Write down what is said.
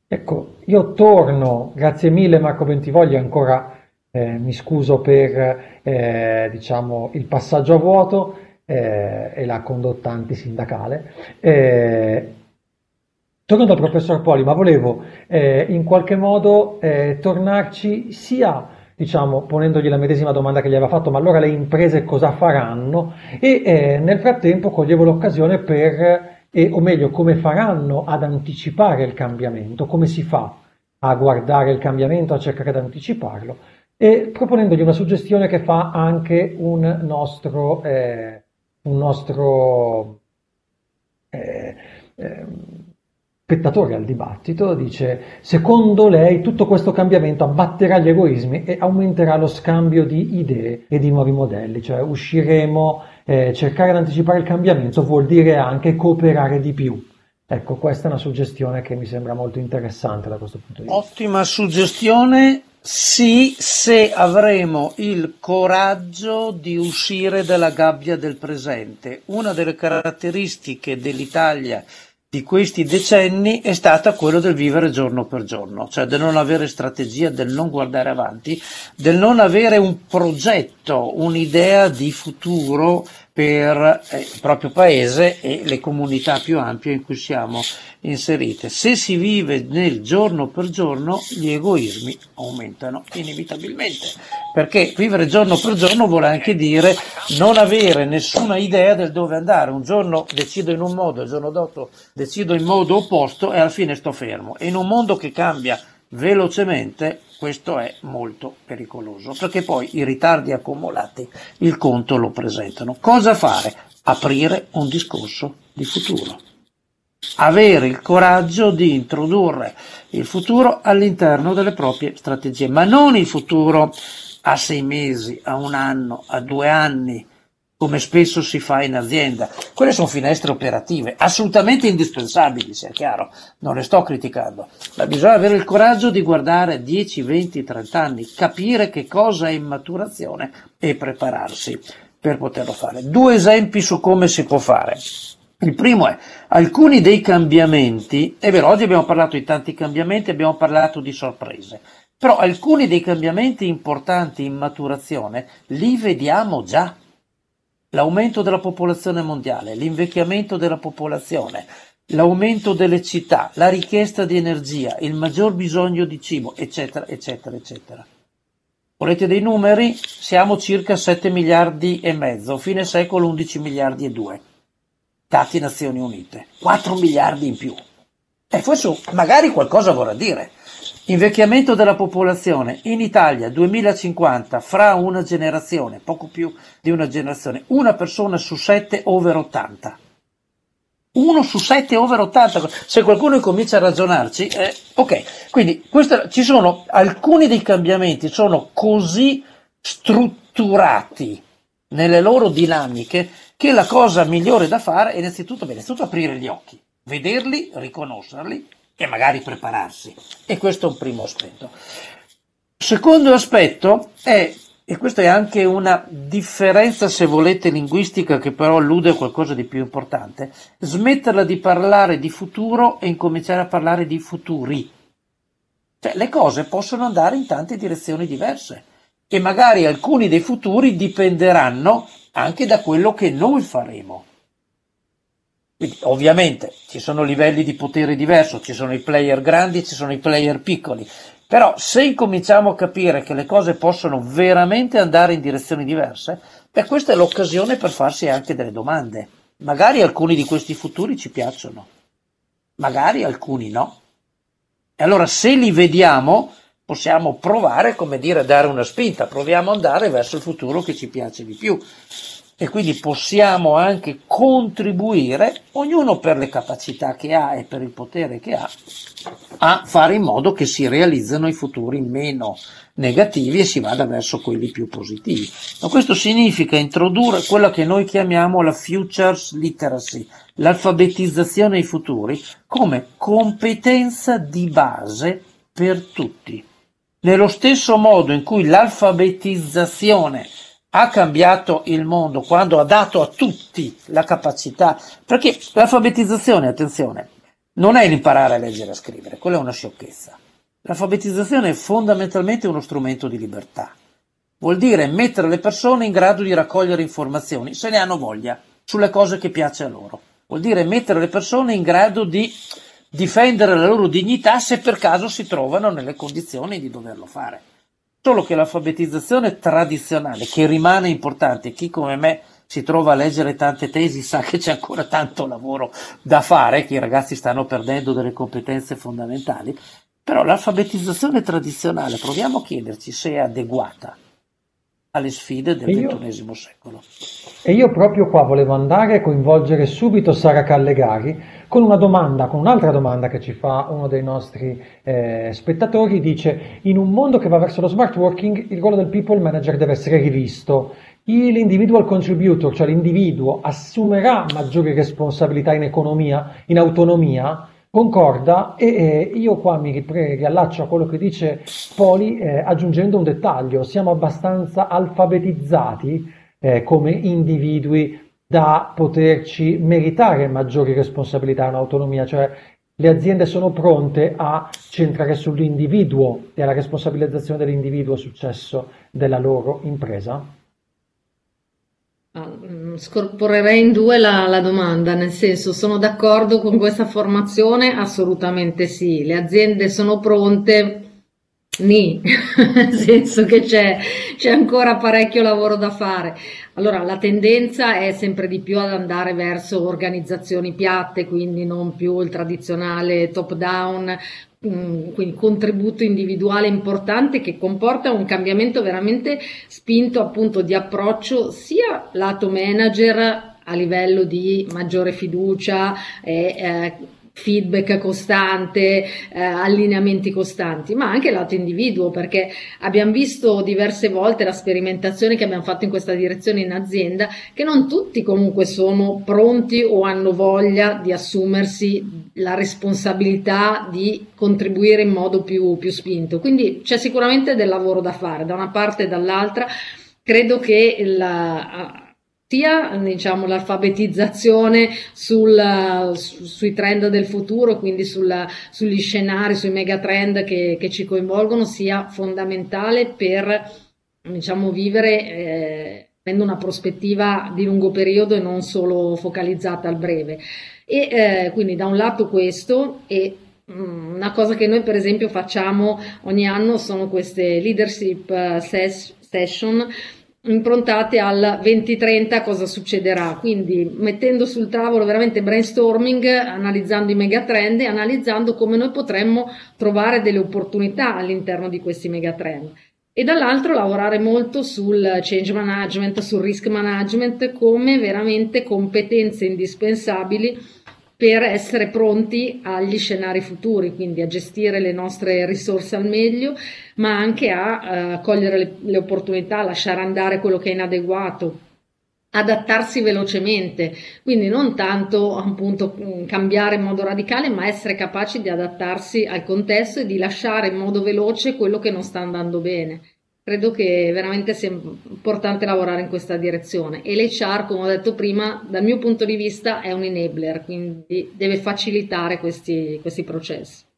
Ecco, io torno, grazie mille Marco Bentivogli, ancora mi scuso per diciamo, il passaggio a vuoto e la condotta antisindacale. Torno dal professor Poli, ma volevo in qualche modo tornarci sia, diciamo, ponendogli la medesima domanda che gli aveva fatto, ma allora le imprese cosa faranno? E nel frattempo coglievo l'occasione per o meglio, come faranno ad anticipare il cambiamento, come si fa a guardare il cambiamento, a cercare di anticiparlo, e proponendogli una suggestione che fa anche un nostro eh, eh, spettatore al dibattito, dice, secondo lei tutto questo cambiamento abbatterà gli egoismi e aumenterà lo scambio di idee e di nuovi modelli, cioè usciremo, cercare di anticipare il cambiamento vuol dire anche cooperare di più. Ecco, questa è una suggestione che mi sembra molto interessante da questo punto di vista. Ottima suggestione, sì, se avremo il coraggio di uscire dalla gabbia del presente. Una delle caratteristiche dell'Italia di questi decenni è stata quello del vivere giorno per giorno, cioè del non avere strategia, del non guardare avanti, del non avere un progetto, un'idea di futuro per il proprio paese e le comunità più ampie in cui siamo inserite. Se si vive nel giorno per giorno, gli egoismi aumentano inevitabilmente, perché vivere giorno per giorno vuole anche dire non avere nessuna idea del dove andare. Un giorno decido in un modo, il giorno dopo decido in modo opposto e alla fine sto fermo. E in un mondo che cambia velocemente, questo è molto pericoloso, perché poi i ritardi accumulati il conto lo presentano. Cosa fare? Aprire un discorso di futuro. Avere il coraggio di introdurre il futuro all'interno delle proprie strategie, ma non il futuro a 6 mesi, a 1 anno, a 2 anni, come spesso si fa in azienda. Quelle sono finestre operative, assolutamente indispensabili, sia chiaro, non le sto criticando, ma bisogna avere il coraggio di guardare 10, 20, 30 anni, capire che cosa è in maturazione e prepararsi per poterlo fare. 2 esempi su come si può fare. Il primo è, alcuni dei cambiamenti, è vero, oggi abbiamo parlato di tanti cambiamenti, abbiamo parlato di sorprese, però alcuni dei cambiamenti importanti in maturazione li vediamo già. L'aumento della popolazione mondiale, l'invecchiamento della popolazione, l'aumento delle città, la richiesta di energia, il maggior bisogno di cibo, eccetera, eccetera, eccetera. Volete dei numeri? Siamo circa 7 miliardi e mezzo, fine secolo 11 miliardi e 2. Dati Nazioni Unite, 4 miliardi in più. E questo magari qualcosa vorrà dire. Invecchiamento della popolazione in Italia 2050, fra una generazione, poco più di una generazione, una persona su 7 over 80. Uno su 7 over 80. Se qualcuno comincia a ragionarci, ok. Quindi ci sono alcuni dei cambiamenti, sono così strutturati nelle loro dinamiche che la cosa migliore da fare è innanzitutto aprire gli occhi, vederli, riconoscerli e magari prepararsi. E questo è un primo aspetto. Secondo aspetto è, e questa è anche una differenza, se volete, linguistica, che però allude a qualcosa di più importante, smetterla di parlare di futuro e incominciare a parlare di futuri. Cioè, le cose possono andare in tante direzioni diverse e magari alcuni dei futuri dipenderanno anche da quello che noi faremo. Quindi, ovviamente ci sono livelli di potere diverso, ci sono i player grandi, ci sono i player piccoli, però se incominciamo a capire che le cose possono veramente andare in direzioni diverse, questa è l'occasione per farsi anche delle domande. Magari alcuni di questi futuri ci piacciono, magari alcuni no. E allora se li vediamo possiamo provare, come dire, a dare una spinta, proviamo ad andare verso il futuro che ci piace di più. E quindi possiamo anche contribuire, ognuno per le capacità che ha e per il potere che ha, a fare in modo che si realizzino i futuri meno negativi e si vada verso quelli più positivi. Ma questo significa introdurre quella che noi chiamiamo la futures literacy, l'alfabetizzazione ai futuri, come competenza di base per tutti. Nello stesso modo in cui l'alfabetizzazione ha cambiato il mondo quando ha dato a tutti la capacità, perché l'alfabetizzazione, attenzione, non è l'imparare a leggere e a scrivere, quella è una sciocchezza. L'alfabetizzazione è fondamentalmente uno strumento di libertà. Vuol dire mettere le persone in grado di raccogliere informazioni, se ne hanno voglia, sulle cose che piace a loro. Vuol dire mettere le persone in grado di difendere la loro dignità se per caso si trovano nelle condizioni di doverlo fare. Solo che l'alfabetizzazione tradizionale, che rimane importante, chi come me si trova a leggere tante tesi sa che c'è ancora tanto lavoro da fare, che i ragazzi stanno perdendo delle competenze fondamentali, però l'alfabetizzazione tradizionale, proviamo a chiederci se è adeguata alle sfide del E io, XXI secolo. e io proprio qua volevo andare a coinvolgere subito Sara Callegari con una domanda, con un'altra domanda che ci fa uno dei nostri spettatori. Dice: in un mondo che va verso lo smart working, il ruolo del people manager deve essere rivisto. L'individual contributor, cioè l'individuo, assumerà maggiori responsabilità in economia, in autonomia? Concorda? E io qua riallaccio a quello che dice Poli, aggiungendo un dettaglio: siamo abbastanza alfabetizzati come individui da poterci meritare maggiori responsabilità e un'autonomia, cioè le aziende sono pronte a centrare sull'individuo e alla responsabilizzazione dell'individuo il successo della loro impresa? Scorporerei in due la domanda, nel senso, sono d'accordo con questa formazione? Assolutamente sì. Le aziende sono pronte? Nì, nel senso che c'è ancora parecchio lavoro da fare. Allora, la tendenza è sempre di più ad andare verso organizzazioni piatte, quindi non più il tradizionale top-down, quindi contributo individuale importante che comporta un cambiamento veramente spinto appunto di approccio sia lato manager a livello di maggiore fiducia e feedback costante, allineamenti costanti, ma anche lato individuo, perché abbiamo visto diverse volte la sperimentazione che abbiamo fatto in questa direzione in azienda, che non tutti comunque sono pronti o hanno voglia di assumersi la responsabilità di contribuire in modo più spinto. Quindi c'è sicuramente del lavoro da fare, da una parte e dall'altra. Credo che sia diciamo, l'alfabetizzazione sui trend del futuro, quindi sugli scenari, sui megatrend che ci coinvolgono, sia fondamentale per diciamo, vivere avendo una prospettiva di lungo periodo e non solo focalizzata al breve. E quindi da un lato questo e una cosa che noi per esempio facciamo ogni anno sono queste leadership session improntate al 2030 cosa succederà, quindi mettendo sul tavolo veramente brainstorming, analizzando i megatrend e analizzando come noi potremmo trovare delle opportunità all'interno di questi megatrend. E dall'altro lavorare molto sul change management, sul risk management come veramente competenze indispensabili per essere pronti agli scenari futuri, quindi a gestire le nostre risorse al meglio, ma anche a cogliere le opportunità, a lasciare andare quello che è inadeguato, adattarsi velocemente, quindi non tanto appunto cambiare in modo radicale, ma essere capaci di adattarsi al contesto e di lasciare in modo veloce quello che non sta andando bene. Credo che veramente sia importante lavorare in questa direzione e l'HR, come ho detto prima, dal mio punto di vista è un enabler, quindi deve facilitare questi processi.